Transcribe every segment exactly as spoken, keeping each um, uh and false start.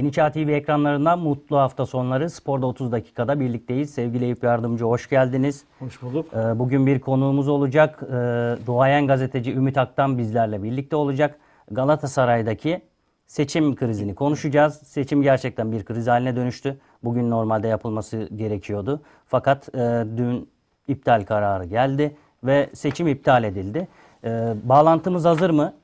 Yeniçağ T V ekranlarından mutlu hafta sonları. Spor'da otuz dakikada birlikteyiz. Sevgili Eyüp Yardımcı, hoş geldiniz. Hoş bulduk. Ee, Bugün bir konuğumuz olacak. Ee, Duayen gazeteci Ümit Aktan bizlerle birlikte olacak. Galatasaray'daki seçim krizini konuşacağız. Seçim gerçekten bir kriz haline dönüştü. Bugün normalde yapılması gerekiyordu. Fakat e, dün iptal kararı geldi ve seçim iptal edildi. Ee, Bağlantımız hazır mı?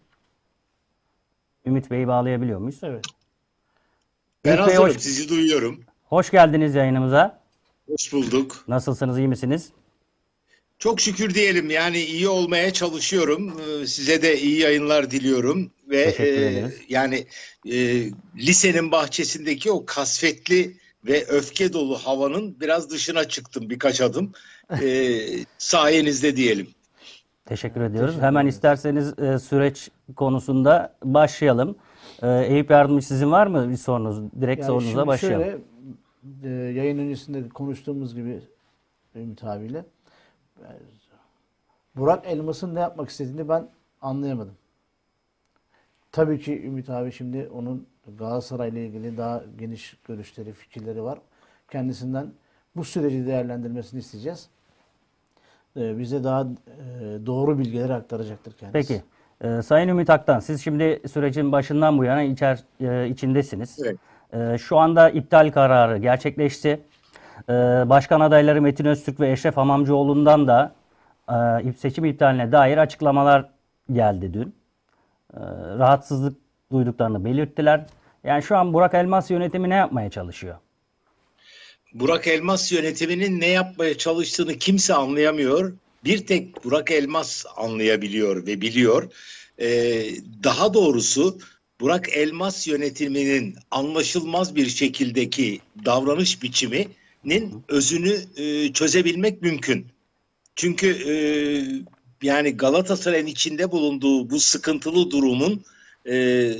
Ümit Bey'i bağlayabiliyor muyuz? Evet. Ben Ümit Bey, hazırım, hoş, sizi duyuyorum. hoş geldiniz yayınımıza. Hoş bulduk. Nasılsınız, iyi misiniz? Çok şükür diyelim, yani iyi olmaya çalışıyorum. Ee, Size de iyi yayınlar diliyorum. Ve Teşekkür e, ederiz. yani e, lisenin bahçesindeki o kasvetli ve öfke dolu havanın biraz dışına çıktım birkaç adım. E, sayenizde diyelim. Teşekkür ediyoruz. teşekkür Hemen ederiz. isterseniz e, süreç konusunda başlayalım. E, Eyüp Yardımcı, sizin var mı bir sorunuz? Direkt Yani sorunuza şimdi başlayalım. şöyle, e, yayın öncesinde konuştuğumuz gibi Ümit abiyle, e, Burak Elmas'ın ne yapmak istediğini ben anlayamadım. Tabii ki Ümit abi şimdi onun Galatasaray'la ilgili daha geniş görüşleri, fikirleri var. Kendisinden bu süreci değerlendirmesini isteyeceğiz. E, bize daha e, doğru bilgileri aktaracaktır kendisi. Peki. E, Sayın Ümit Aktan, siz şimdi sürecin başından bu yana içer, e, içindesiniz. Evet. E, şu anda iptal kararı gerçekleşti. E, Başkan adayları Metin Öztürk ve Eşref Hamamcıoğlu'ndan da e, seçim iptaline dair açıklamalar geldi dün. E, rahatsızlık duyduklarını belirttiler. Yani şu an Burak Elmas yönetimi ne yapmaya çalışıyor? Burak Elmas yönetiminin ne yapmaya çalıştığını kimse anlayamıyor. Bir tek Burak Elmas anlayabiliyor ve biliyor. Ee, daha doğrusu Burak Elmas yönetiminin anlaşılmaz bir şekildeki davranış biçiminin özünü e, çözebilmek mümkün. Çünkü e, yani Galatasaray'ın içinde bulunduğu bu sıkıntılı durumun e,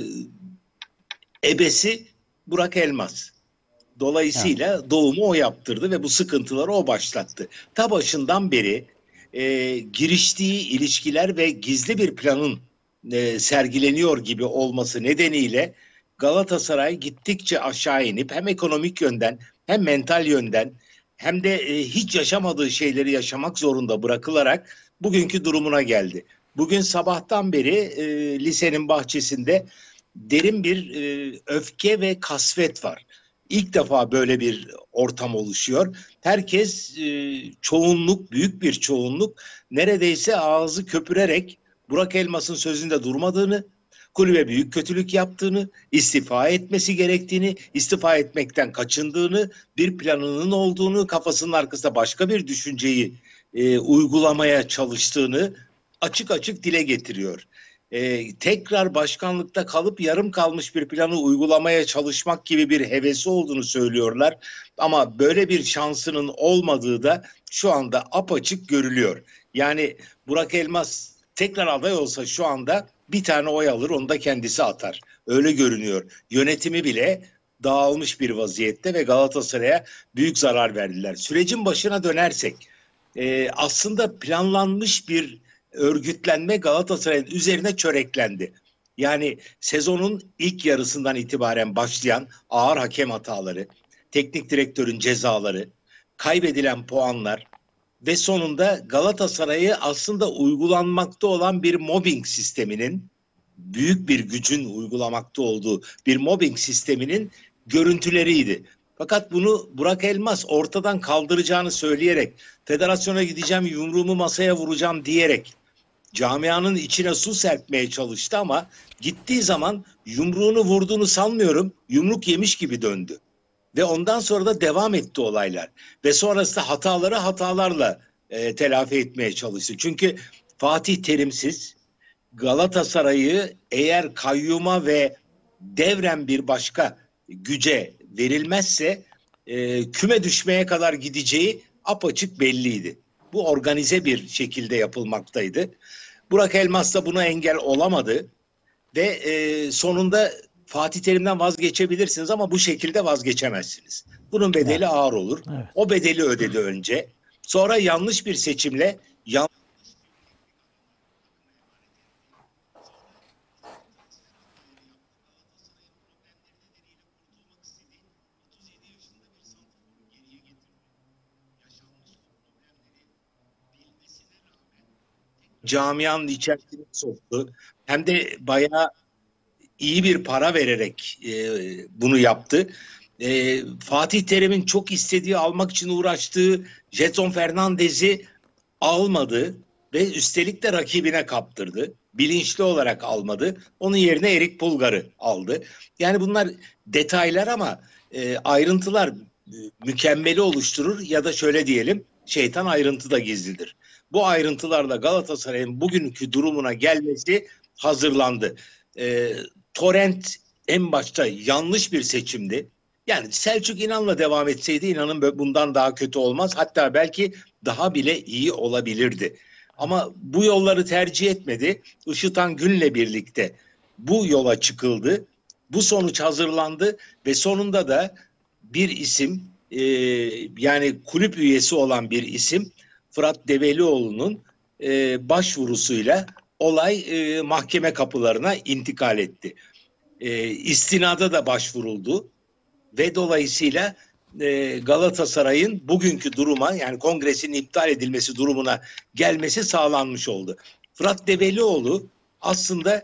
ebesi Burak Elmas. Dolayısıyla doğumu o yaptırdı ve bu sıkıntıları o başlattı. Ta başından beri e, giriştiği ilişkiler ve gizli bir planın e, sergileniyor gibi olması nedeniyle Galatasaray gittikçe aşağı inip hem ekonomik yönden hem mental yönden hem de e, hiç yaşamadığı şeyleri yaşamak zorunda bırakılarak bugünkü durumuna geldi. Bugün sabahtan beri e, lisenin bahçesinde derin bir e, öfke ve kasvet var. İlk defa böyle bir ortam oluşuyor. Herkes, e, çoğunluk, büyük bir çoğunluk neredeyse ağzı köpürerek Burak Elmas'ın sözünde durmadığını, kulübe büyük kötülük yaptığını, istifa etmesi gerektiğini, istifa etmekten kaçındığını, bir planının olduğunu, kafasının arkasında başka bir düşünceyi e, uygulamaya çalıştığını açık açık dile getiriyor. Ee, tekrar başkanlıkta kalıp yarım kalmış bir planı uygulamaya çalışmak gibi bir hevesi olduğunu söylüyorlar. Ama böyle bir şansının olmadığı da şu anda apaçık görülüyor. Yani Burak Elmas tekrar aday olsa şu anda bir tane oy alır, onu da kendisi atar. Öyle görünüyor. Yönetimi bile dağılmış bir vaziyette ve Galatasaray'a büyük zarar verdiler. Sürecin başına dönersek, e, aslında planlanmış bir örgütlenme Galatasaray'ın üzerine çöreklendi. Yani sezonun ilk yarısından itibaren başlayan ağır hakem hataları, teknik direktörün cezaları, kaybedilen puanlar ve sonunda Galatasaray'ı aslında uygulanmakta olan bir mobbing sisteminin, büyük bir gücün uygulamakta olduğu bir mobbing sisteminin görüntüleriydi. Fakat bunu Burak Elmas ortadan kaldıracağını söyleyerek, federasyona gideceğim, yumruğumu masaya vuracağım diyerek camianın içine su serpmeye çalıştı ama gittiği zaman yumruğunu vurduğunu sanmıyorum. Yumruk yemiş gibi döndü. Ve ondan sonra da devam etti olaylar. Ve sonrasında hataları hatalarla e, telafi etmeye çalıştı. Çünkü Fatih Terimsiz Galatasaray'ı eğer kayyuma ve devren bir başka güce verilmezse e, küme düşmeye kadar gideceği apaçık belliydi. Bu organize bir şekilde yapılmaktaydı. Burak Elmas da buna engel olamadı ve e, sonunda Fatih Terim'den vazgeçebilirsiniz ama bu şekilde vazgeçemezsiniz. Bunun bedeli Evet. ağır olur. Evet. O bedeli ödedi önce. Sonra yanlış bir seçimle yan camianın içerisine soktu. Hem de bayağı iyi bir para vererek e, bunu yaptı. E, Fatih Terim'in çok istediği, almak için uğraştığı Jetson Fernandez'i almadı ve üstelik de rakibine kaptırdı. Bilinçli olarak almadı. Onun yerine Erik Pulgar'ı aldı. Yani bunlar detaylar ama e, ayrıntılar e, mükemmeli oluşturur ya da şöyle diyelim, şeytan ayrıntıda gizlidir. Bu ayrıntılarla Galatasaray'ın bugünkü durumuna gelmesi hazırlandı. E, Torrent en başta yanlış bir seçimdi. Yani Selçuk İnan'la devam etseydi inanın bundan daha kötü olmaz. Hatta belki daha bile iyi olabilirdi. Ama bu yolları tercih etmedi. Işıtan Gün'le birlikte bu yola çıkıldı. Bu sonuç hazırlandı ve sonunda da bir isim e, yani kulüp üyesi olan bir isim Fırat Develioğlu'nun e, başvurusuyla olay e, mahkeme kapılarına intikal etti. E, istinada da başvuruldu ve dolayısıyla e, Galatasaray'ın bugünkü duruma, yani kongresinin iptal edilmesi durumuna gelmesi sağlanmış oldu. Fırat Develioğlu aslında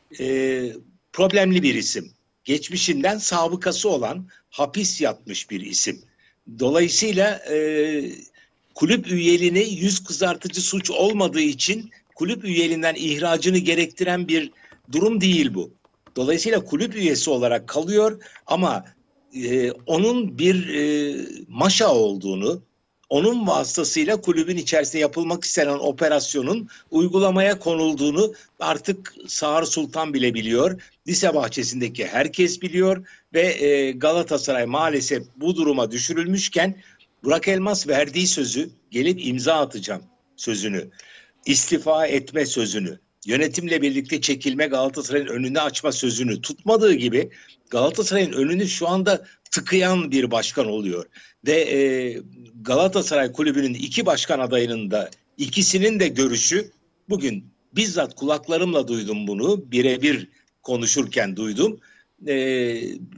e, problemli bir isim. Geçmişinden sabıkası olan, hapis yatmış bir isim. Dolayısıyla e, kulüp üyeliğine yüz kızartıcı suç olmadığı için kulüp üyeliğinden ihracını gerektiren bir durum değil bu. Dolayısıyla kulüp üyesi olarak kalıyor ama e, onun bir e, maşa olduğunu, onun vasıtasıyla kulübün içerisinde yapılmak istenen operasyonun uygulamaya konulduğunu artık Sağır Sultan bile biliyor. Lise bahçesindeki herkes biliyor ve e, Galatasaray maalesef bu duruma düşürülmüşken Burak Elmas verdiği sözü, gelip imza atacağım sözünü, istifa etme sözünü, yönetimle birlikte çekilme, Galatasaray'ın önünü açma sözünü tutmadığı gibi Galatasaray'ın önünü şu anda tıkayan bir başkan oluyor. Ve e, Galatasaray Kulübü'nün iki başkan adayının da ikisinin de görüşü, bugün bizzat kulaklarımla duydum bunu, birebir konuşurken duydum. E,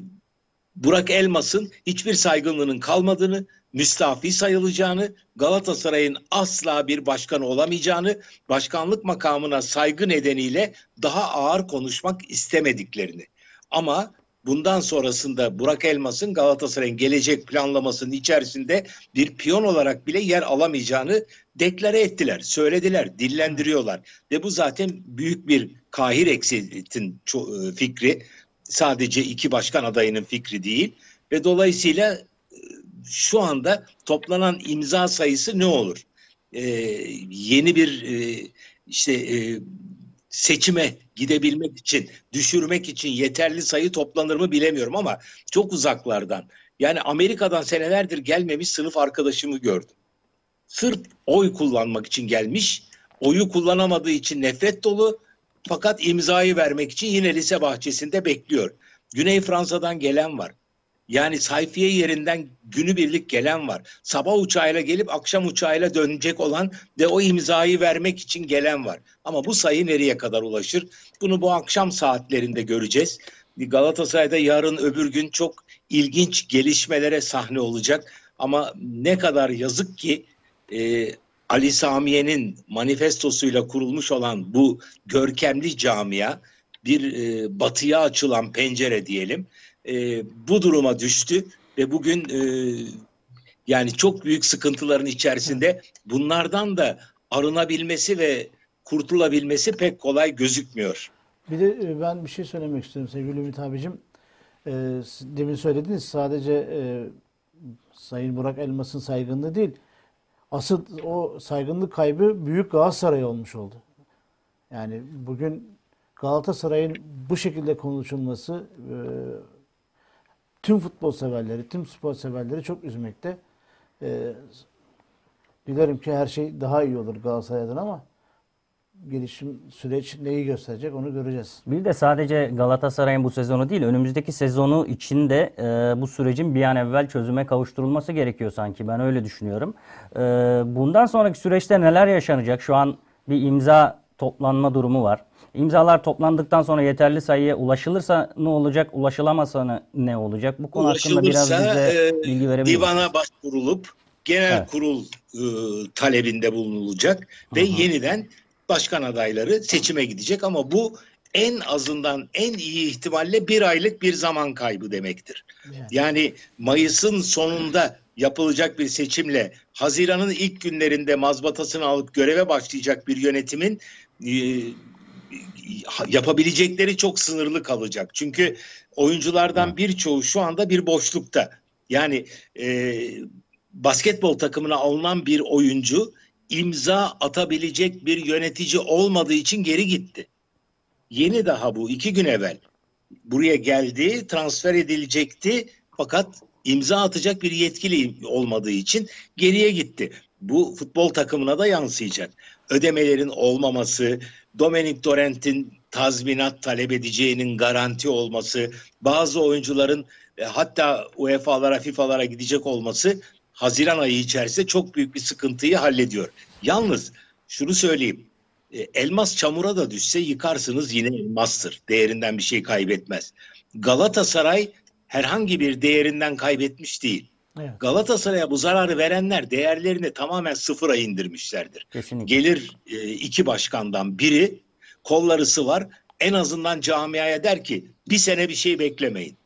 Burak Elmas'ın hiçbir saygınlığının kalmadığını, müstafi sayılacağını, Galatasaray'ın asla bir başkan olamayacağını, başkanlık makamına saygı nedeniyle daha ağır konuşmak istemediklerini. Ama bundan sonrasında Burak Elmas'ın Galatasaray'ın gelecek planlamasının içerisinde bir piyon olarak bile yer alamayacağını deklare ettiler, söylediler, dillendiriyorlar. Ve bu zaten büyük bir kahir eksitin fikri. Sadece iki başkan adayının fikri değil. Ve dolayısıyla şu anda toplanan imza sayısı ne olur? Ee, yeni bir e, işte e, seçime gidebilmek için, düşürmek için yeterli sayı toplanır mı bilemiyorum ama çok uzaklardan. Yani Amerika'dan senelerdir gelmemiş sınıf arkadaşımı gördüm. Sırf oy kullanmak için gelmiş, oyu kullanamadığı için nefret dolu, fakat imzayı vermek için yine lise bahçesinde bekliyor. Güney Fransa'dan gelen var. Yani sayfiye yerinden günübirlik gelen var. Sabah uçağıyla gelip akşam uçağıyla dönecek olan ve o imzayı vermek için gelen var. Ama bu sayı nereye kadar ulaşır? Bunu bu akşam saatlerinde göreceğiz. Galatasaray'da yarın öbür gün çok ilginç gelişmelere sahne olacak. Ama ne kadar yazık ki e, Ali Samiye'nin manifestosuyla kurulmuş olan bu görkemli camia, bir e, batıya açılan pencere diyelim, e, bu duruma düştü ve bugün e, yani çok büyük sıkıntıların içerisinde. Bunlardan da arınabilmesi ve kurtulabilmesi pek kolay gözükmüyor. Bir de e, ben bir şey söylemek istiyorum sevgili Ümit abicim. E, demin söylediniz, sadece e, Sayın Burak Elmas'ın saygınlığı değil, asıl o saygınlık kaybı büyük Galatasaray olmuş oldu. Yani bugün Galatasaray'ın bu şekilde konuşulması e, tüm futbol severleri, tüm spor severleri çok üzmekte. E, dilerim ki her şey daha iyi olur Galatasaray'dan ama gelişim süreç neyi gösterecek onu göreceğiz. Bir de sadece Galatasaray'ın bu sezonu değil, önümüzdeki sezonu içinde e, bu sürecin bir an evvel çözüme kavuşturulması gerekiyor sanki. Ben öyle düşünüyorum. E, bundan sonraki süreçte neler yaşanacak? Şu an bir imza toplanma durumu var. İmzalar toplandıktan sonra yeterli sayıya ulaşılırsa ne olacak? Ulaşılamasa ne olacak? Bu konu hakkında biraz bize e, bilgi verebilir misiniz? Divana başvurulup genel Evet. kurul e, talebinde bulunulacak ve Hı hı. yeniden başkan adayları seçime gidecek ama bu en azından en iyi ihtimalle bir aylık bir zaman kaybı demektir. Yani. Yani Mayıs'ın sonunda yapılacak bir seçimle Haziran'ın ilk günlerinde mazbatasını alıp göreve başlayacak bir yönetimin e, yapabilecekleri çok sınırlı kalacak. Çünkü oyunculardan birçoğu şu anda bir boşlukta. Yani e, basketbol takımına alınan bir oyuncu imza atabilecek bir yönetici olmadığı için geri gitti. Yeni daha bu iki gün evvel buraya geldi, transfer edilecekti fakat imza atacak bir yetkili olmadığı için geriye gitti. Bu futbol takımına da yansıyacak. Ödemelerin olmaması, Domenic Torrent'in tazminat talep edeceğinin garanti olması, bazı oyuncuların e, hatta U E F A'lara, FIFA'lara gidecek olması Haziran ayı içerisinde çok büyük bir sıkıntıyı hallediyor. Yalnız şunu söyleyeyim. E, elmas çamura da düşse yıkarsınız yine elmastır. Değerinden bir şey kaybetmez. Galatasaray herhangi bir değerinden kaybetmiş değil. Evet. Galatasaray'a bu zararı verenler değerlerini tamamen sıfıra indirmişlerdir. Kesinlikle. Gelir e, iki başkandan biri, kolları sıvar, en azından camiaya der ki bir sene bir şey beklemeyin.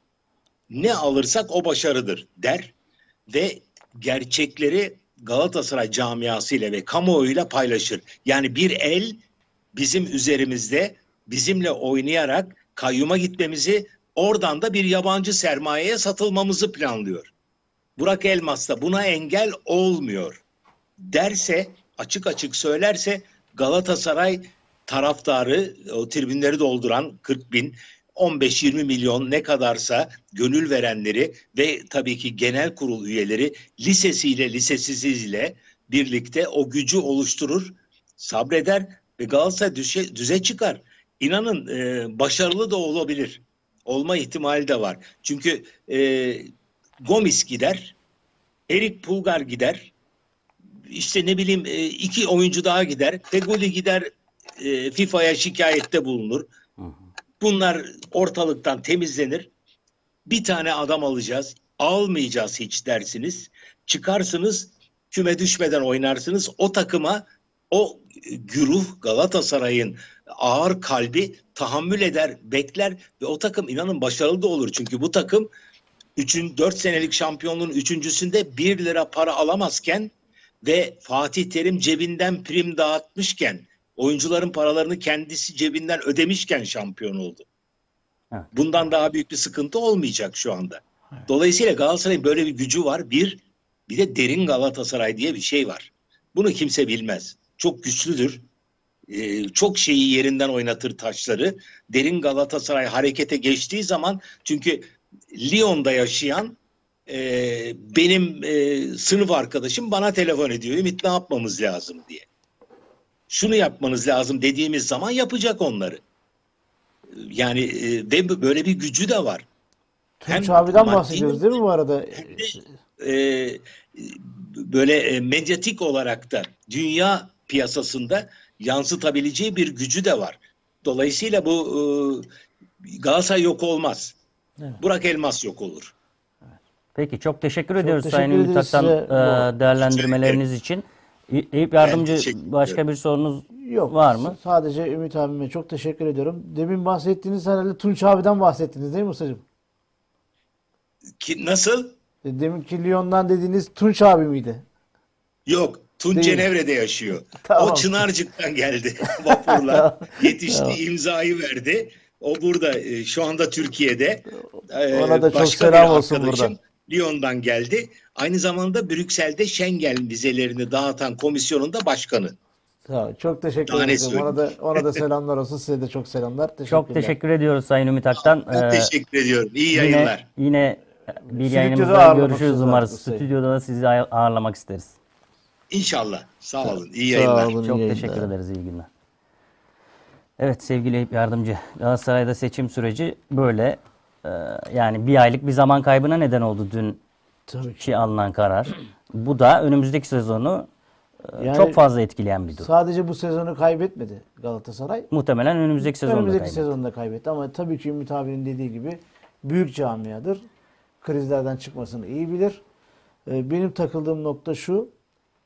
Ne alırsak o başarıdır der ve gerçekleri Galatasaray camiasıyla ve kamuoyuyla paylaşır. Yani bir el bizim üzerimizde bizimle oynayarak kayyuma gitmemizi, oradan da bir yabancı sermayeye satılmamızı planlıyor. Burak Elmas da buna engel olmuyor derse, açık açık söylerse Galatasaray taraftarı, o tribünleri dolduran kırk bin, on beş yirmi milyon ne kadarsa gönül verenleri ve tabii ki genel kurul üyeleri lisesiyle lisesiziyle birlikte o gücü oluşturur, sabreder ve Galatasaray düze, düze çıkar. İnanın e, başarılı da olabilir. Olma ihtimali de var. Çünkü e, Gomis gider, Erik Pulgar gider, işte ne bileyim e, iki oyuncu daha gider, Fegoli gider, e, FIFA'ya şikayette bulunur. Bunlar ortalıktan temizlenir. Bir tane adam alacağız, almayacağız hiç dersiniz. Çıkarsınız, küme düşmeden oynarsınız. O takıma o güruh Galatasaray'ın ağır kalbi tahammül eder, bekler ve o takım inanın başarılı da olur. Çünkü bu takım dört senelik şampiyonluğun üçüncüsünde bir lira para alamazken ve Fatih Terim cebinden prim dağıtmışken, oyuncuların paralarını kendisi cebinden ödemişken şampiyon oldu. Evet. Bundan daha büyük bir sıkıntı olmayacak şu anda. Dolayısıyla Galatasaray'ın böyle bir gücü var. Bir, bir de derin Galatasaray diye bir şey var. Bunu kimse bilmez. Çok güçlüdür. Ee, çok şeyi yerinden oynatır taşları. Derin Galatasaray harekete geçtiği zaman, çünkü Lyon'da yaşayan e, benim e, sınıf arkadaşım bana telefon ediyor. Ümit ne yapmamız lazım diye. Şunu yapmanız lazım dediğimiz zaman yapacak onları. Yani e, ve böyle bir gücü de var. Tunç Hem abiden maddi bahsediyoruz değil mi bu arada? hem de e, böyle e, medyatik olarak da dünya piyasasında yansıtabileceği bir gücü de var. Dolayısıyla bu e, Galatasaray yok olmaz. Evet. Burak Elmas yok olur. Peki çok teşekkür Çok ediyoruz teşekkür Sayın ederiz Ümit Aktan size e, bu- değerlendirmeleriniz için. E- Eyüp Yardımcı teşekkür başka ederim. bir sorunuz Yok. var mı? Sadece Ümit abime çok teşekkür ediyorum. Demin bahsettiğiniz herhalde Tunç abiden bahsettiniz değil mi Ustacığım? Ki, nasıl? Deminki Lyon'dan dediğiniz Tunç abi miydi? Yok. Tunç Değil. Cenevre'de yaşıyor. Tamam. O Çınarcık'tan geldi vapurla. Yetişti, Tamam. imzayı verdi. O burada e, şu anda Türkiye'de. E, Ona da çok başka selam bir olsun arkadaşım buradan. Lyon'dan geldi. Aynı zamanda Brüksel'de Schengen vizelerini dağıtan komisyonun da başkanı. Tamam, çok teşekkür Daha ne ederim. Ona da ona da selamlar olsun. Size de çok selamlar. Çok Teşekkürler. teşekkür ediyoruz Sayın Ümit Aktan. Ben Ee, teşekkür ediyorum. İyi yine, yayınlar. yine bir Stüdyoda yayınımızda ağırlamak görüşürüz isteriz umarız. artık Sayın. Stüdyoda da sizi ağ- ağırlamak isteriz. İnşallah. Sağ olun. İyi Sağ yayınlar. olun. Çok iyi teşekkür yayınlar. ederiz. İyi günler. Evet sevgili Eyüp Yardımcı. Galatasaray'da seçim süreci böyle. Ee, yani bir aylık bir zaman kaybına neden oldu dünkü Tabii ki. alınan karar. Bu da önümüzdeki sezonu e, Yani çok fazla etkileyen bir durum. Sadece bu sezonu kaybetmedi Galatasaray. Muhtemelen önümüzdeki sezonda Önümüzdeki kaybeder. sezonda kaybetti ama tabii ki Ümit abinin dediği gibi büyük camiadır. Krizlerden çıkmasını iyi bilir. Ee, Benim takıldığım nokta şu.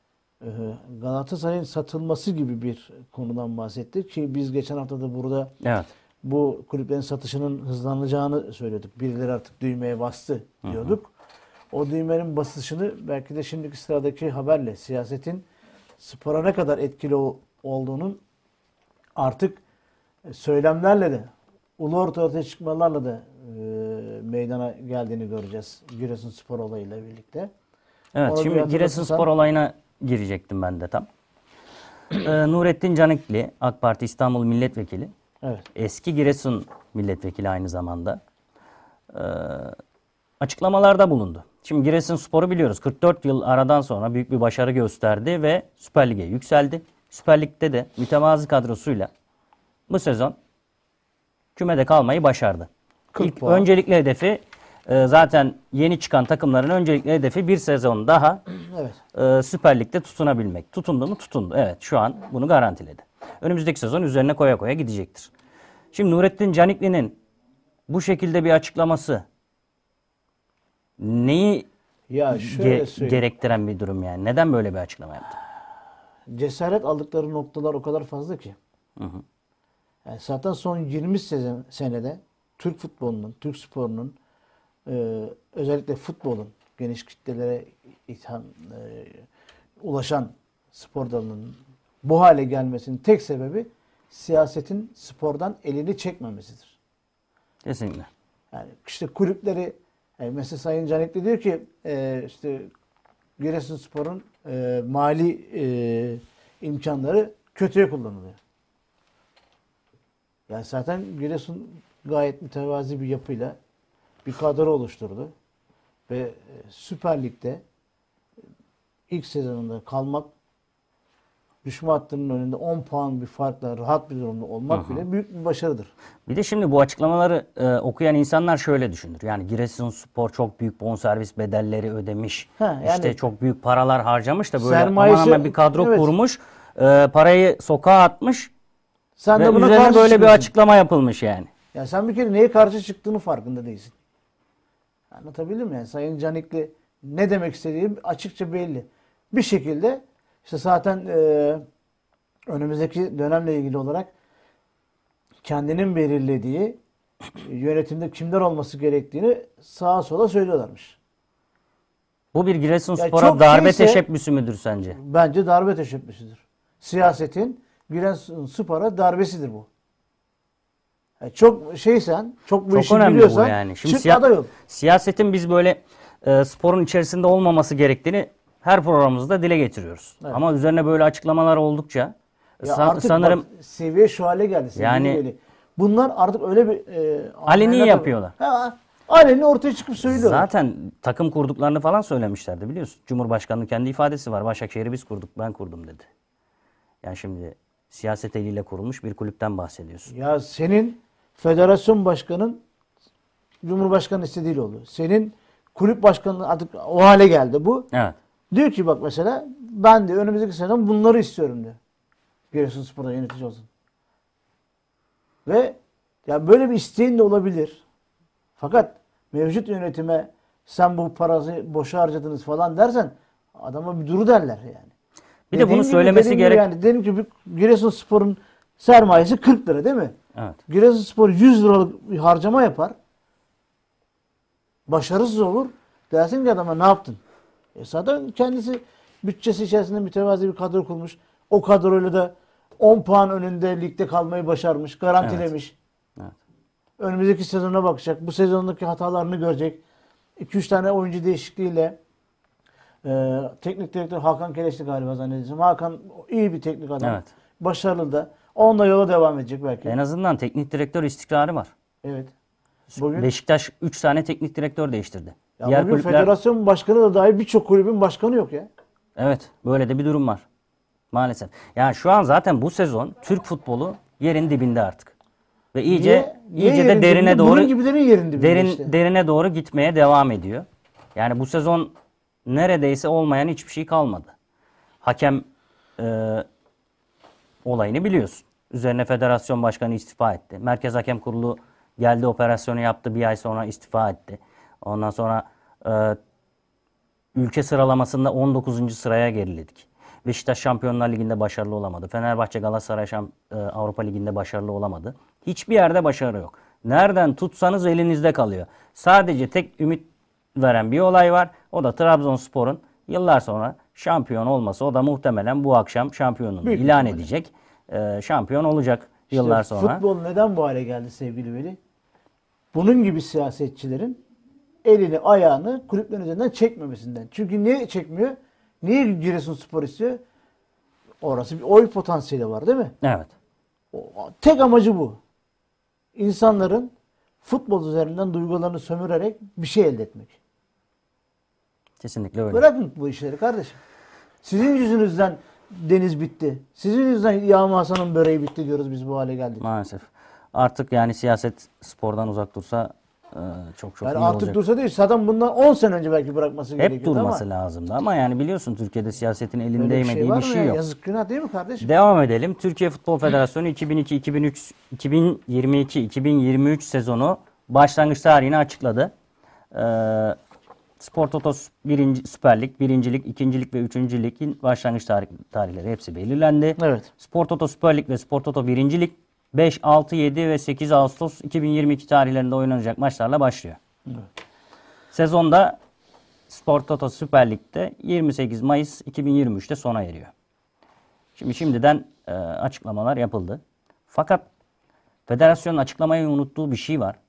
e, Galatasaray'ın satılması gibi bir konudan bahsettik ki biz geçen hafta da burada Evet. bu kulüplerin satışının hızlanacağını söylüyorduk. Birileri artık düğmeye bastı diyorduk. Hı hı. O düğmenin basışını belki de şimdiki sıradaki haberle siyasetin spora ne kadar etkili olduğunun artık söylemlerle de ulu orta ortaya çıkmalarla da e, meydana geldiğini göreceğiz. Giresunspor olayıyla birlikte. Evet, Ona şimdi Giresunspor olayına girecektim ben de tam. ee, Nurettin Canikli, AK Parti İstanbul Milletvekili. Evet. Eski Giresun Milletvekili aynı zamanda. Ee, açıklamalarda bulundu. Şimdi Giresunspor'u biliyoruz. kırk dört yıl aradan sonra büyük bir başarı gösterdi ve Süper Lig'e yükseldi. Süper Lig'de de mütevazı kadrosuyla bu sezon kümede kalmayı başardı. İlk puan. öncelikli hedefi e, zaten yeni çıkan takımların öncelikli hedefi bir sezon daha Evet. e, Süper Lig'de tutunabilmek. Tutundu mu? Tutundu. Evet, şu an bunu garantiledi. Önümüzdeki sezon üzerine koya koya gidecektir. Şimdi Nurettin Canikli'nin bu şekilde bir açıklaması neyi Ya şöyle ge- söyleyeyim. gerektiren bir durum yani? Neden böyle bir açıklama yaptı? Cesaret aldıkları noktalar o kadar fazla ki. Hı hı. Yani zaten son yirmi sezon, senede Türk futbolunun, Türk sporunun e, özellikle futbolun geniş kitlelere itham, e, ulaşan spor dalının bu hale gelmesinin tek sebebi siyasetin spordan elini çekmemesidir. Kesinlikle. Yani işte kulüpleri, yani mesela Sayın Canikli diyor ki e, işte Giresunspor'un e, mali e, imkanları kötüye kullanılıyor. Yani zaten Giresun gayet mütevazi bir yapıyla bir kadro oluşturdu. Ve e, Süper Lig'de ilk sezonunda kalmak, düşme hattının önünde on puan bir farkla rahat bir durumda olmak Hı hı. bile büyük bir başarıdır. Bir de şimdi bu açıklamaları e, okuyan insanlar şöyle düşünür. Yani Giresunspor çok büyük bonservis bedelleri ödemiş. Ha, yani işte çok büyük paralar harcamış da böyle sermayesi- aman aman bir kadro evet. kurmuş. e, parayı sokağa atmış Sen ve de buna üzerine karşı böyle bir çıkıyorsun. açıklama yapılmış yani. Yani sen bir kere neye karşı çıktığını farkında değilsin. Anlatabildim mi? Yani Sayın Canikli ne demek istediği açıkça belli. Bir şekilde işte zaten e, önümüzdeki dönemle ilgili olarak kendinin belirlediği yönetimde kimler olması gerektiğini sağa sola söylüyorlarmış. Bu bir Ya Giresunspor'a çok darbe şeyse- teşebbüsü müdür sence? Bence darbe teşebbüsüdür. Siyasetin Giresunspor'a darbesidir bu. Yani çok şeysen, çok bu Çok işi önemli bu biliyorsan yani. Şimdi çık siya- aday ol. siyasetin biz böyle e, sporun içerisinde olmaması gerektiğini her programımızda dile getiriyoruz. Evet. Ama üzerine böyle açıklamalar oldukça Ya san- artık sanırım bak, seviye şu hale geldi. sevgili Yani- Veli. Bunlar artık öyle bir e, Aleni ameliyat- yapıyorlar. Ha, aleni ortaya çıkıp söylüyorlar. zaten takım kurduklarını falan söylemişlerdi biliyorsun. Cumhurbaşkanının kendi ifadesi var. Başakşehir'i biz kurduk, ben kurdum dedi. Yani şimdi siyaset eliyle kurulmuş bir kulüpten bahsediyorsun. Ya senin federasyon başkanın Cumhurbaşkanı istediğiyle oluyor. Senin kulüp başkanın artık o hale geldi bu. Evet. Diyor ki bak mesela ben de önümüzdeki sezon bunları istiyorum diyor. Giresunspor'da yönetici olsun. Ve ya böyle bir isteğin de olabilir. Fakat mevcut yönetime sen bu parayı boşa harcadınız falan dersen adama bir duru derler yani. Bir de bunu Dediğim gibi- söylemesi dediğim gibi gerek. Yani dedim ki bir Giresunspor'un sermayesi kırk lira değil mi? Evet. Giresunspor yüz liralık bir harcama yapar. Başarısız olur. Dersin ki adama ne yaptın? E zaten kendisi bütçesi içerisinde mütevazi bir kadro kurmuş. O kadroyla da on puan önünde ligde kalmayı başarmış. Garantilemiş. Evet. Önümüzdeki sezona bakacak. Bu sezondaki hatalarını görecek. iki üç tane oyuncu değişikliğiyle e, teknik direktör Hakan Keleş'ti galiba zannediyorsam. Hakan iyi bir teknik adam. Evet. Başarılı da. Onunla yola devam edecek belki. En azından teknik direktör istikrarı var. Evet. Bugün, Beşiktaş üç tane teknik direktör değiştirdi. ya Diğer bugün kulüpler federasyon başkanı da dahil birçok kulübün başkanı yok ya. evet, böyle de bir durum var. Maalesef. Yani şu an zaten bu sezon Türk futbolu yerin dibinde artık. Ve iyice Niye- niye iyice de yerin derine dibinde? doğru Bunun gibilerin yerin dibinde derin işte. derine doğru gitmeye devam ediyor. Yani bu sezon neredeyse olmayan hiçbir şey kalmadı. Hakem e, olayını biliyorsun. Üzerine federasyon başkanı istifa etti. Merkez Hakem Kurulu geldi, operasyonu yaptı, bir ay sonra istifa etti. Ondan sonra e, ülke sıralamasında on dokuzuncu sıraya geriledik. Beşiktaş Şampiyonlar Ligi'nde başarılı olamadı. Fenerbahçe Galatasaray Şamp- e, Avrupa Ligi'nde başarılı olamadı. Hiçbir yerde başarı yok. Nereden tutsanız elinizde kalıyor. Sadece tek ümit veren bir olay var. O da Trabzonspor'un yıllar sonra şampiyon olması. O da muhtemelen bu akşam şampiyonluğunu Büyük ilan ihtimalle. edecek. E, şampiyon olacak yıllar İşte sonra. Futbol neden bu hale geldi sevgili Veli? Bunun gibi siyasetçilerin elini ayağını kulüplerin üzerinden çekmemesinden. Çünkü niye çekmiyor? Niye Giresunspor istiyor? Orası bir oy potansiyeli var değil mi? Evet. O- tek amacı bu. İnsanların futbol üzerinden duygularını sömürerek bir şey elde etmek. Kesinlikle öyle. Bırakın bu işleri kardeşim. Sizin yüzünüzden deniz bitti. Sizin yüzünüzden Yağma Hasan'ın böreği bitti diyoruz biz bu hale geldik. Maalesef. Artık yani siyaset spordan uzak dursa e, çok çok Yani iyi artık olacak. dursa değil. Zaten bundan on sene önce belki bırakması Hep gerekiyordu durması ama. lazımdı ama yani biliyorsun Türkiye'de siyasetin elin Öyle bir değmediği şey var bir mı şey ya? yok. Yazık günah değil mi kardeşim? Devam edelim. Türkiye Futbol Federasyonu iki bin iki, iki bin üç, iki bin yirmi iki, iki bin yirmi üç sezonu başlangıç tarihini açıkladı. Ee, Spor Toto birinci, Süper Lig, birincilik, ikincilik ve üçüncü ligin başlangıç tarih, tarihleri hepsi belirlendi. Evet. Spor Toto Süper Lig ve Spor Toto birincilik beş, altı, yedi ve sekiz Ağustos iki bin yirmi iki tarihlerinde oynanacak maçlarla başlıyor. Evet. Sezonda Spor Toto Süper Lig'de yirmi sekiz Mayıs iki bin yirmi üçte sona eriyor. Şimdi şimdiden e, açıklamalar yapıldı. Fakat federasyonun açıklamayı unuttuğu bir şey var.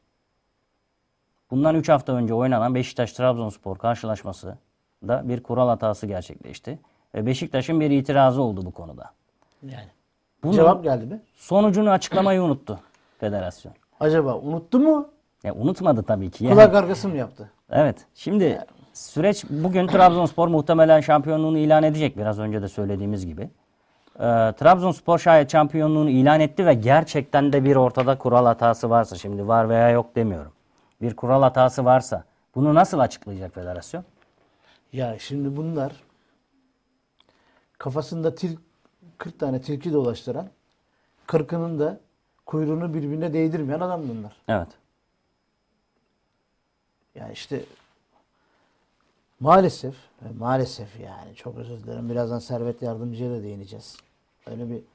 Bundan üç hafta önce oynanan Beşiktaş-Trabzonspor karşılaşması da bir kural hatası gerçekleşti. Ve Beşiktaş'ın bir itirazı oldu bu konuda. Yani. Bunun Cevap geldi mi? sonucunu açıklamayı unuttu federasyon. Acaba unuttu mu? Ya unutmadı tabii ki. Yani. Kulak arkası mı yaptı? Evet. Şimdi süreç bugün Trabzonspor muhtemelen şampiyonluğunu ilan edecek. Biraz önce de söylediğimiz gibi. Ee, Trabzonspor şayet şampiyonluğunu ilan etti ve gerçekten de bir ortada kural hatası varsa, şimdi var veya yok demiyorum. Bir kural hatası varsa bunu nasıl açıklayacak federasyon? Ya şimdi bunlar kafasında til, kırk tane tilki dolaştıran, kırkının da kuyruğunu birbirine değdirmeyen adam bunlar. Evet. Yani işte maalesef, maalesef yani çok özür dilerim. Birazdan Servet Yardımcı'ya da değineceğiz. Öyle bir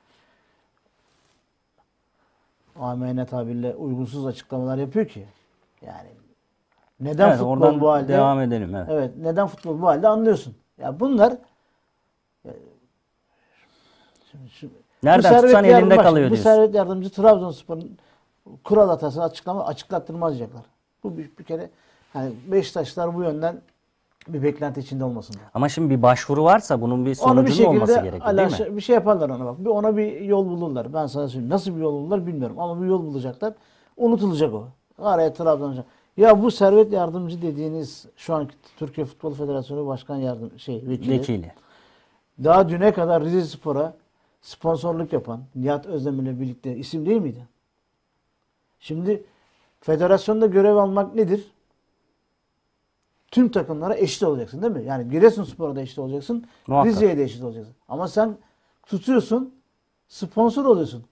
amene tabirle uygunsuz açıklamalar yapıyor ki. Yani neden Evet, futbol oradan bu halde? devam edelim. Evet. Evet, neden futbol bu halde anlıyorsun. Ya bunlar e, şimdi, şimdi, Nereden bu Servet tutsan Yardım- elinde bak, kalıyor Bu diyorsun. Servet Yardımcı Trabzonspor'un kural hatasını açıklama açıklattırmaz diyecekler. Bu bir, bir kere hani Beşiktaşlar bu yönden bir beklenti içinde olmasınlar. Ama şimdi bir başvuru varsa bunun bir Onu bir sonucunun olması şekilde gerekiyor değil mi? alaşa- bir şey yaparlar ona bak. Bir ona bir yol bulurlar. Ben sana söyleyeyim. Nasıl bir yol bulurlar bilmiyorum ama bir yol bulacaklar. Unutulacak o. Araya Trabzon. Ya bu Servet Yardımcı dediğiniz şu anki Türkiye Futbol Federasyonu Başkan Yardım şey vekili. Vekili. Daha düne kadar Rizespor'a sponsorluk yapan Nihat Özdemir'le birlikte isim değil miydi? Şimdi federasyonda görev almak nedir? Tüm takımlara eşit olacaksın değil mi? Yani Giresunspor'a da eşit olacaksın. Muhakkak. Rize'ye de eşit olacaksın. Ama sen tutuyorsun, sponsor oluyorsun.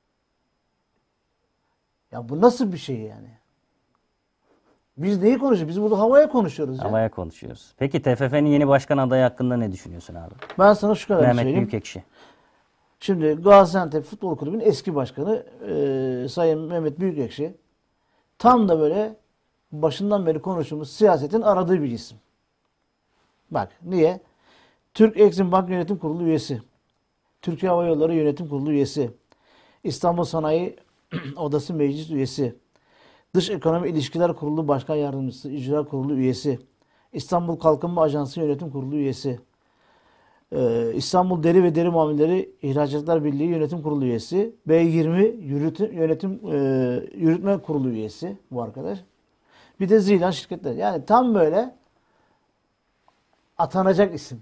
Ya bu nasıl bir şey yani? Biz neyi konuşuyoruz? Biz burada havaya konuşuyoruz ya. Havaya konuşuyoruz. Peki T F F'nin yeni başkan adayı hakkında ne düşünüyorsun abi? Ben sana şu kadar Mehmet söyleyeyim. Büyükekşi. Şimdi Gaziantep Futbol Kulübü'nün eski başkanı e, Sayın Mehmet Büyükekşi tam da böyle başından beri konuştuğumuz siyasetin aradığı bir isim. Bak niye? Türk Exim Bank Yönetim Kurulu üyesi. Türkiye Hava Yolları Yönetim Kurulu üyesi. İstanbul Sanayi Odası Meclis üyesi. Dış Ekonomi İlişkiler Kurulu Başkan Yardımcısı, İcra Kurulu üyesi. İstanbul Kalkınma Ajansı Yönetim Kurulu üyesi. Ee, İstanbul Deri ve Deri Mamulleri İhracatlar Birliği Yönetim Kurulu üyesi. B yirmi Yürütüm, Yönetim e, Yürütme Kurulu üyesi bu arkadaş. Bir de Zilan şirketler. Yani tam böyle atanacak isim.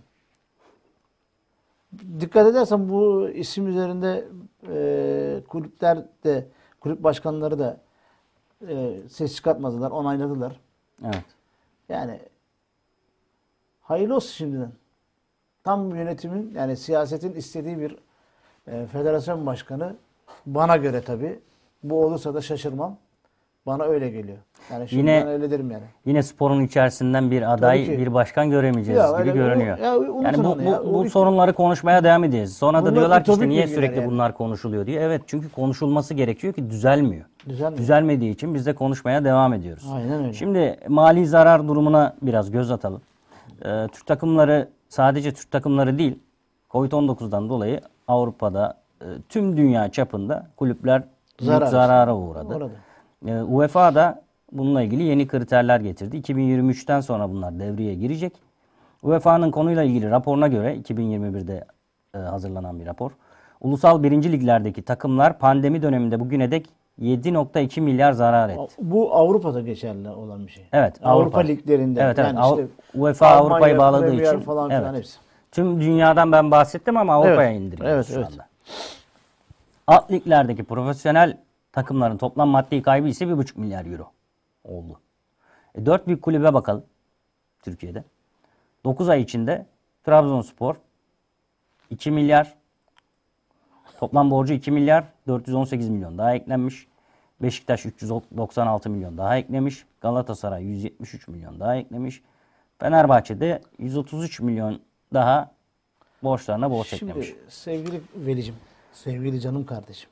Dikkat edersen bu isim üzerinde e, kulüpler de, kulüp başkanları da e, ses çıkartmadılar, onayladılar. Evet. Yani hayırlı olsun şimdiden. Tam yönetimin yani siyasetin istediği bir e, federasyon başkanı bana göre tabii. Bu olursa da şaşırmam. Bana öyle geliyor. Yani şimdi Yine- ben öyle derim yani. Yine sporun içerisinden bir aday, ki. bir başkan göremeyeceğiz Ya gibi öyle- görünüyor. o- ya unutun yani bu, onu bu, ya. bu O- sorunları konuşmaya devam edeceğiz. Sonra da Bunlar diyorlar ki işte ütopik niye bilgiler sürekli yani. bunlar konuşuluyor diye. Evet, çünkü konuşulması gerekiyor ki düzelmiyor. Düzelmiyor. Düzelmediği için biz de konuşmaya devam ediyoruz. Aynen öyle. Şimdi mali zarar durumuna biraz göz atalım. Ee, Türk takımları, sadece Türk takımları değil, covid on dokuzdan dolayı Avrupa'da, e, tüm dünya çapında kulüpler büyük Zarar. zarara uğradı. Orada. Ee, UEFA da bununla ilgili yeni kriterler getirdi. iki bin yirmi üçten sonra bunlar devreye girecek. U E F A'nın konuyla ilgili raporuna göre iki bin yirmi birde e, hazırlanan bir rapor. Ulusal birinci liglerdeki takımlar pandemi döneminde bugüne dek yedi nokta iki milyar zarar etti. Bu Avrupa'da geçerli olan bir şey. Evet, Avrupa, Avrupa. liglerinde. Evet, evet. Yani Av- işte UEFA Almanya, Avrupa'yı bağladığı Premier için, falan evet. filan hepsi. Tüm dünyadan ben bahsettim ama Avrupa'ya Evet, indiriyoruz evet, şu evet. anda. Alt liglerdeki profesyonel takımların toplam maddi kaybı ise bir buçuk milyar euro oldu. E, dört büyük kulübe bakalım Türkiye'de. dokuz ay içinde Trabzonspor iki milyar, toplam borcu iki milyar dört yüz on sekiz milyon daha eklenmiş. Beşiktaş üç yüz doksan altı milyon daha eklemiş. Galatasaray yüz yetmiş üç milyon daha eklemiş. Fenerbahçe'de yüz otuz üç milyon daha borçlarına borç Şimdi eklemiş. sevgili Velicim, sevgili canım kardeşim.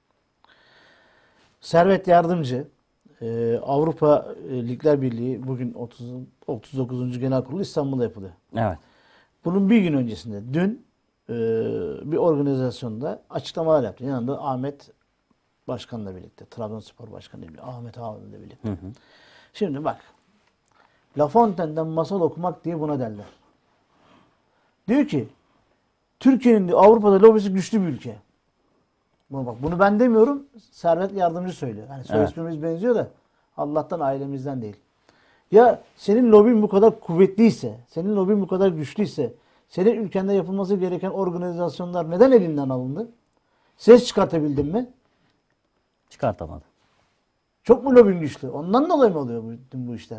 Servet Yardımcı, e, Avrupa e, Ligler Birliği bugün otuz, otuz dokuzuncu Genel Kurulu İstanbul'da yapılıyor. Evet. Bunun bir gün öncesinde dün e, bir organizasyonda açıklamalar yaptı. Yanında Ahmet Başkan'la birlikte, Trabzonspor Başkanı ile Ahmet Ağaoğlu'yla birlikte. Hı hı. Şimdi bak, La Fontaine'den masal okumak diye buna derler. Diyor ki, Türkiye'nin de Avrupa'da lobisi güçlü bir ülke. Bunu bak, bunu ben demiyorum, Servet Yardımcı söylüyor. Yani soy Evet. ismimiz benziyor da Allah'tan ailemizden değil. Ya senin lobin bu kadar kuvvetliyse, senin lobin bu kadar güçlüyse, senin ülkende yapılması gereken organizasyonlar neden elinden alındı? Ses çıkartabildin mi? Çıkartamadı. Çok mu lobin güçlü? Ondan dolayı mı oluyor bu, bütün bu işler?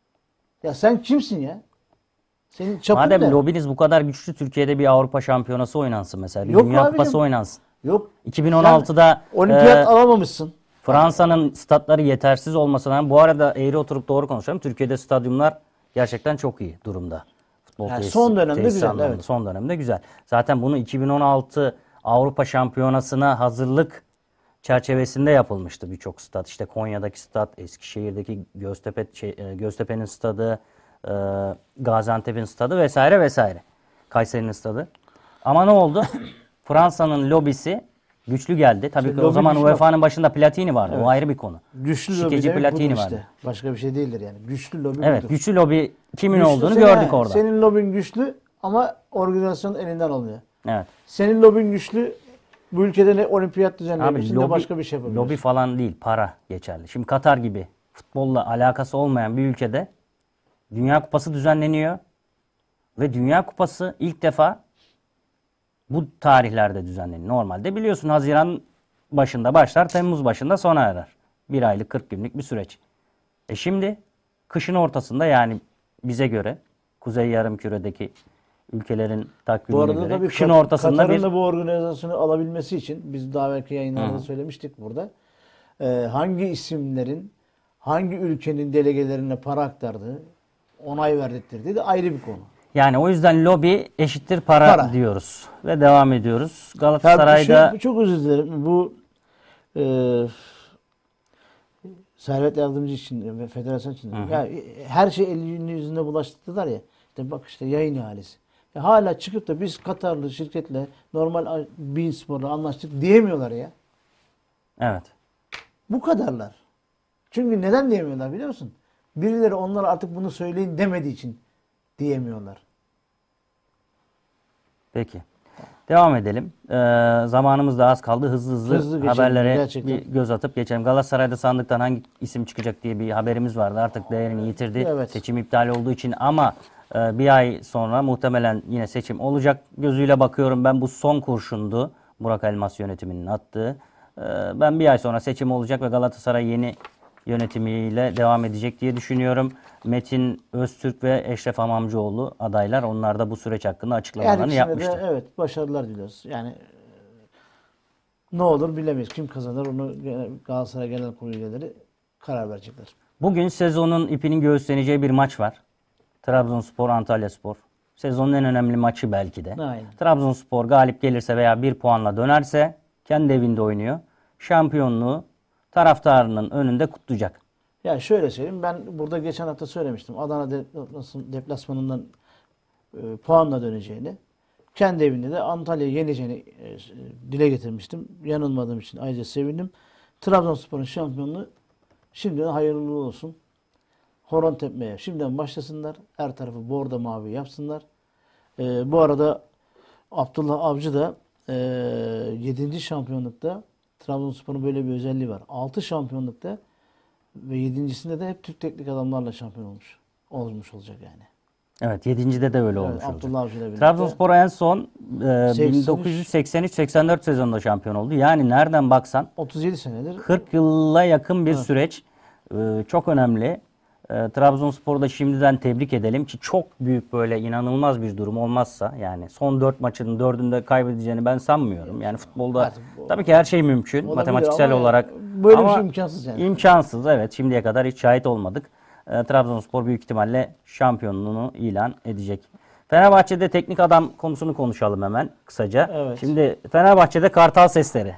Ya sen kimsin ya? Senin çapın Madem ne? lobiniz bu kadar güçlü, Türkiye'de bir Avrupa Şampiyonası oynansın mesela. Bir Yok Dünya abicim. Kupası oynansın. Yok. iki bin on altıda Sen olimpiyat e, alamamışsın. Fransa'nın statları yetersiz olmasına, bu arada eğri oturup doğru konuşalım. Türkiye'de stadyumlar gerçekten çok iyi durumda. Futbol Yani tesis- son dönemde tesis güzel, anlamında. evet. Son dönemde güzel. Zaten bunu iki bin on altı Avrupa Şampiyonası'na hazırlık çerçevesinde yapılmıştı birçok stat. İşte Konya'daki stat, Eskişehir'deki Göztepe, şey, e, Göztepe'nin stadı, e, Gaziantep'in stadı vesaire vesaire. Kayseri'nin stadı. Ama ne oldu? Fransa'nın lobisi güçlü geldi. Tabii İşte ki o lobi zaman güçlü. U E F A'nın başında Platini vardı. O ayrı bir konu. Güçlü lobi Şikeci demek Platini budur vardı. işte. Başka bir şey değildir yani. Güçlü lobi Evet, budur. güçlü lobi kimin Güçlü olduğunu sen- gördük he, orada. Senin lobin güçlü ama organizasyon elinden alınıyor. Evet. Senin lobin güçlü, bu ülkede ne olimpiyat Abi düzenleyebilirsin ne lobi, başka bir şey yapabilirsin. lobi falan değil, para geçerli. Şimdi Katar gibi futbolla alakası olmayan bir ülkede Dünya Kupası düzenleniyor ve Dünya Kupası ilk defa bu tarihlerde düzenleniyor. Normalde biliyorsun Haziran başında başlar, Temmuz başında sona erer. Bir aylık, kırk günlük bir süreç. E şimdi kışın ortasında, yani bize göre Kuzey Yarımküre'deki ülkelerin Bu takvimine arada göre tabii kışın Kat- ortasında Katar'ın bir da bu organizasyonu alabilmesi için biz daha belki yayınlarda söylemiştik burada. Ee, hangi isimlerin hangi ülkenin delegelerine para aktardığı, onay verdirttirdiği de ayrı bir konu. Yani o yüzden lobi eşittir para, Para. diyoruz ve devam ediyoruz. Ya Galatasaray'da şey, çok özür dilerim. Bu e, Servet Yardımcı için ve federasyon için. Ya, e, her şey elinin yüzünde bulaştırdılar ya. İşte bak işte yayın ihalesi. Ya hala çıkıp da biz Katarlı şirketle normal Bein Spor'la anlaştık diyemiyorlar ya. evet. Bu kadarlar. Çünkü neden diyemiyorlar biliyor musun? Birileri onlara artık bunu söyleyin demediği için diyemiyorlar. Peki. Devam edelim. Ee, zamanımız da az kaldı. Hızlı hızlı, Hızlı geçelim, haberlere gerçekten. bir göz atıp geçelim. Galatasaray'da sandıktan hangi isim çıkacak diye bir haberimiz vardı. Artık değerini yitirdi. Evet. Seçim iptal olduğu için, ama e, bir ay sonra muhtemelen yine seçim olacak gözüyle bakıyorum. Ben bu son kurşundu Burak Elmas yönetiminin attığı. Ee, ben bir ay sonra seçim olacak ve Galatasaray yeni yönetimiyle devam edecek diye düşünüyorum. Metin Öztürk ve Eşref Hamamcıoğlu adaylar. Onlar da bu süreç hakkında Her açıklamalarını ikisine yapmıştı. de evet başarılar diliyoruz. Yani e, ne olur bilemeyiz. Kim kazanır onu gene Galatasaray Genel Kurulu üyeleri karar verecekler. Bugün sezonun ipinin göğüsleneceği bir maç var. Trabzonspor, Antalyaspor. Sezonun en önemli maçı belki de. Aynen. Trabzonspor galip gelirse veya bir puanla dönerse kendi evinde oynuyor. Şampiyonluğu taraftarının önünde kutlayacak. Ya şöyle söyleyeyim, ben burada geçen hafta söylemiştim. Adana deplasman- deplasmanından e, puanla döneceğini, kendi evinde de Antalya'yı yeneceğini e, dile getirmiştim. Yanılmadığım için ayrıca sevindim. Trabzonspor'un şampiyonluğu şimdiden hayırlı olsun. Horon tepmeye şimdiden başlasınlar. Her tarafı bordo mavi yapsınlar. E, bu arada Abdullah Avcı da e, yedinci şampiyonlukta, Trabzonspor'un böyle bir özelliği var. altı şampiyonlukta ve yedincisinde de hep Türk teknik adamlarla şampiyon olmuş. Olmuş olacak yani. Evet, yedincide de öyle Evet, olmuş olacak. Abdullah Avcı ile birlikte. Trabzonspor en son e, seksen üç bin dokuz yüz seksen üç seksen dört sezonunda şampiyon oldu. Yani nereden baksan otuz yedi senedir. kırk yıla yakın bir Evet. süreç. E, çok önemli. E, Trabzonspor'u da şimdiden tebrik edelim ki çok büyük böyle inanılmaz bir durum olmazsa, yani son dört maçının dördünde kaybedeceğini ben sanmıyorum. Yani futbolda Artık bu- tabii ki her şey mümkün Olabilir matematiksel ama olarak. böyle bir Ama şey imkansız yani. İmkansız, evet. Şimdiye kadar hiç şahit olmadık. E, Trabzonspor büyük ihtimalle şampiyonluğunu ilan edecek. Fenerbahçe'de teknik adam konusunu konuşalım hemen kısaca. Evet. Şimdi Fenerbahçe'de kartal sesleri.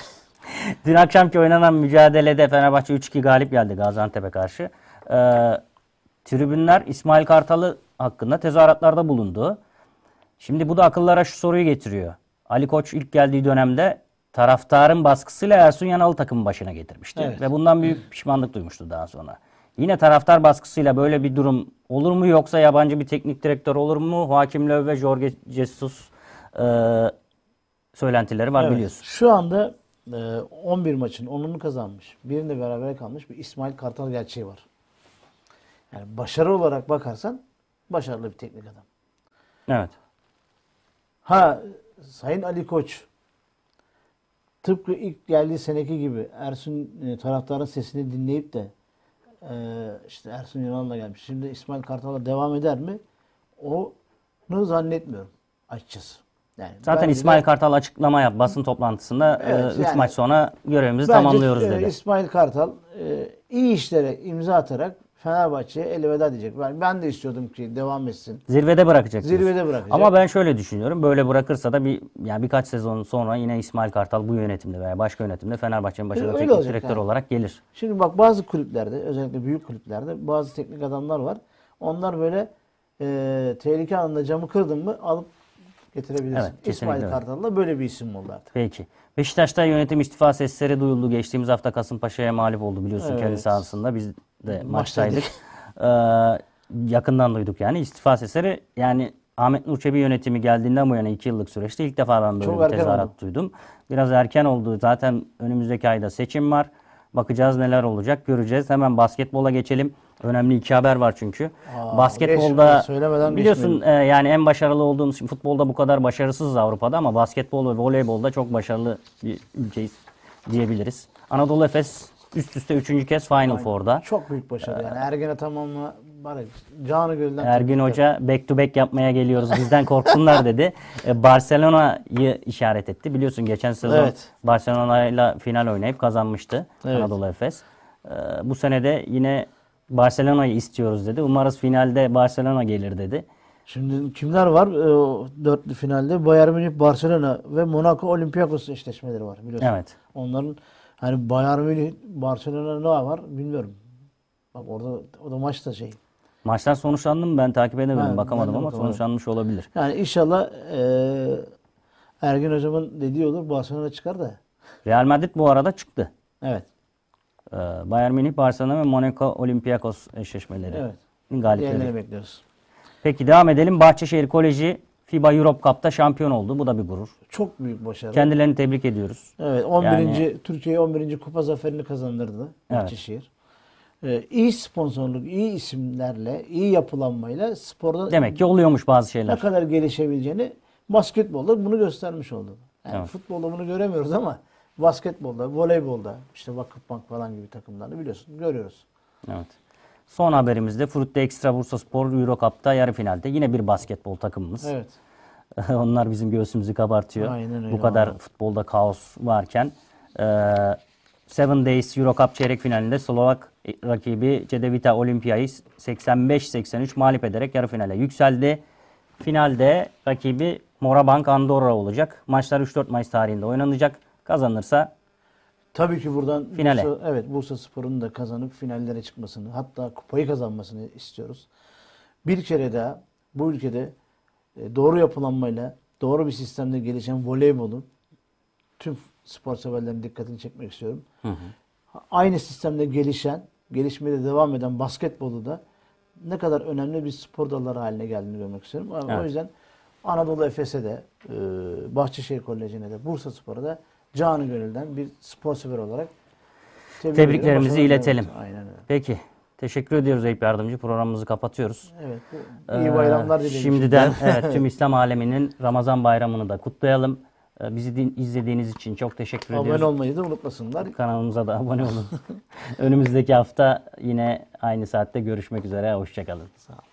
Dün akşamki oynanan mücadelede Fenerbahçe üç iki galip geldi Gaziantep'e karşı. Ee, tribünler İsmail Kartal'ı hakkında tezahüratlarda bulundu. Şimdi bu da akıllara şu soruyu getiriyor. Ali Koç ilk geldiği dönemde taraftarın baskısıyla Ersun Yanal'ı takımın başına getirmişti. Evet. Ve bundan büyük pişmanlık duymuştu daha sonra. Yine taraftar baskısıyla böyle bir durum olur mu, yoksa yabancı bir teknik direktör olur mu? Joachim Löw ve Jorge Jesus e, söylentileri var, Evet. biliyorsun. Şu anda e, on bir maçın onunu kazanmış. Birinde berabere kalmış bir İsmail Kartal gerçeği var. Yani başarı olarak bakarsan başarılı bir teknik adam. Evet. Ha, Sayın Ali Koç tıpkı ilk geldiği seneki gibi Ersun e, taraftarın sesini dinleyip de e, işte Ersun Yanal'la gelmiş. Şimdi İsmail Kartal'la devam eder mi? Onu zannetmiyorum açıkçası. Yani Zaten bence de- İsmail Kartal açıklama yap basın toplantısında Evet, üç yani- maç sonra görevimizi Bence, tamamlıyoruz e, dedi. İsmail Kartal e, iyi işlere imza atarak Fenerbahçe'ye elveda diyecek. Ben, ben de istiyordum ki devam etsin. Zirvede bırakacak. diyorsun. Zirvede bırakacak. Ama ben şöyle düşünüyorum. Böyle bırakırsa da bir yani birkaç sezon sonra yine İsmail Kartal bu yönetimde veya başka yönetimde Fenerbahçe'nin başına Öyle teknik olacak direktör yani. olarak gelir. Şimdi bak, bazı kulüplerde, özellikle büyük kulüplerde bazı teknik adamlar var. Onlar böyle e, tehlike anında camı kırdın mı alıp getirebilirsin. Evet, kesinlikle İsmail öyle. Kartal'da böyle bir isim oldu artık. Peki. Beşiktaş'ta yönetim istifa sesleri duyuldu. Geçtiğimiz hafta Kasımpaşa'ya mağlup oldu biliyorsun, Evet. kendi sahasında. Biz de Maçtaydık. maçtaydık. Ee, yakından duyduk yani istifa sesleri. Yani Ahmet Nur Çebi yönetimi geldiğinden bu yana iki yıllık süreçte ilk defa ben böyle Çok bir erken tezahürat oldu. duydum. Biraz erken oldu. Zaten önümüzdeki ayda seçim var. Bakacağız neler olacak, göreceğiz. Hemen basketbola geçelim. Önemli iki haber var çünkü. Aa, Basketbolda geç, söylemeden biliyorsun geçmeyelim. e, yani en başarılı olduğumuz, futbolda bu kadar başarısızız Avrupa'da ama basketbol ve voleybolda çok başarılı bir ülkeyiz diyebiliriz. Anadolu Efes üst üste üçüncü kez Final Four'da. Çok büyük başarı yani. Ergen Ataman'la bari canı gölden Ergin tebrikler. Hoca back to back yapmaya geliyoruz, bizden korksunlar dedi. E, Barcelona'yı işaret etti. Biliyorsun geçen sezon Evet. Barcelona'yla final oynayıp kazanmıştı Evet. Anadolu Efes. E, bu sene de yine Barcelona'yı istiyoruz dedi. Umarız finalde Barcelona gelir dedi. Şimdi kimler var? Ee, o dörtlü finalde Bayern Münih, Barcelona ve Monaco Olympiakos eşleşmeleri var biliyorsun. Evet. Onların hani Bayern Münih, Barcelona ne var bilmiyorum. Bak orada o da maçta şey. Maçlar sonuçlandı mı ben takip edemedim, Ben- bakamadım ben de ama bakamadım. sonuçlanmış olabilir. Yani inşallah eee Ergin Hocam'ın dediği olur, Barcelona çıkar da. Real Madrid bu arada çıktı. Evet. Ee, Bayern Münih, Barcelona ve Monaco Olympiakos eşleşmeleri. Evet. Galipleri. Diğerlerini bekliyoruz. Peki devam edelim. Bahçeşehir Koleji FIBA Europe Cup'ta şampiyon oldu. Bu da bir gurur. Çok büyük başarı. Kendilerini tebrik ediyoruz. Evet, on birinci Yani- Türkiye'ye on birinci kupa zaferini kazandırdı Evet. Bahçeşehir. Ee, iyi sponsorluk, iyi isimlerle, iyi yapılanmayla sporda Demek ki oluyormuş bazı ne şeyler. kadar gelişebileceğini basketbolda bunu göstermiş oldu. Yani Evet. futbolda bunu göremiyoruz ama basketbolda, voleybolda, işte Vakıfbank falan gibi takımlarda biliyorsun görüyoruz. Evet. Son haberimizde Frutte Extra Bursaspor Euro Cup'ta yarı finalde. Yine bir basketbol takımımız. Evet. Onlar bizim göğsümüzü kabartıyor. Aynen öyle Bu kadar vallahi. futbolda kaos varken. Ee, Seven Days Euro Cup çeyrek finalinde Slovak rakibi Cedevita Olimpiya'yı seksen beş seksen üç mağlup ederek yarı finale yükseldi. Finalde rakibi Morabank Andorra olacak. Maçlar üç dört Mayıs tarihinde oynanacak. Kazanırsa Tabii ki buradan Finale. Bursa, evet Bursaspor'un da kazanıp finallere çıkmasını, hatta kupayı kazanmasını istiyoruz. Bir kere daha bu ülkede e, doğru yapılanmayla, doğru bir sistemde gelişen voleybolun tüm spor severlerin dikkatini çekmek istiyorum. hı hı. Aynı sistemde gelişen, gelişmeye de devam eden basketbolu da ne kadar önemli bir spor dalları haline geldiğini görmek istiyorum. Ama Evet. O yüzden Anadolu Efes'e de, e, Bahçeşehir Koleji'ne de, Bursaspor'a da canı gönülden bir spor sever olarak tebrik Tebriklerimizi ediyorum. iletelim. Evet, aynen öyle. Peki. Teşekkür ediyoruz Eyüp Yardımcı. Programımızı kapatıyoruz. Evet, bu, iyi bayramlar Ee, dilerim. Şimdiden evet, tüm İslam aleminin Ramazan bayramını da kutlayalım. Ee, Bizi din- izlediğiniz için çok teşekkür Abone ediyoruz. olmayı da unutmasınlar. Kanalımıza da abone olun. Önümüzdeki hafta yine aynı saatte görüşmek üzere. Hoşçakalın. Sağ olun.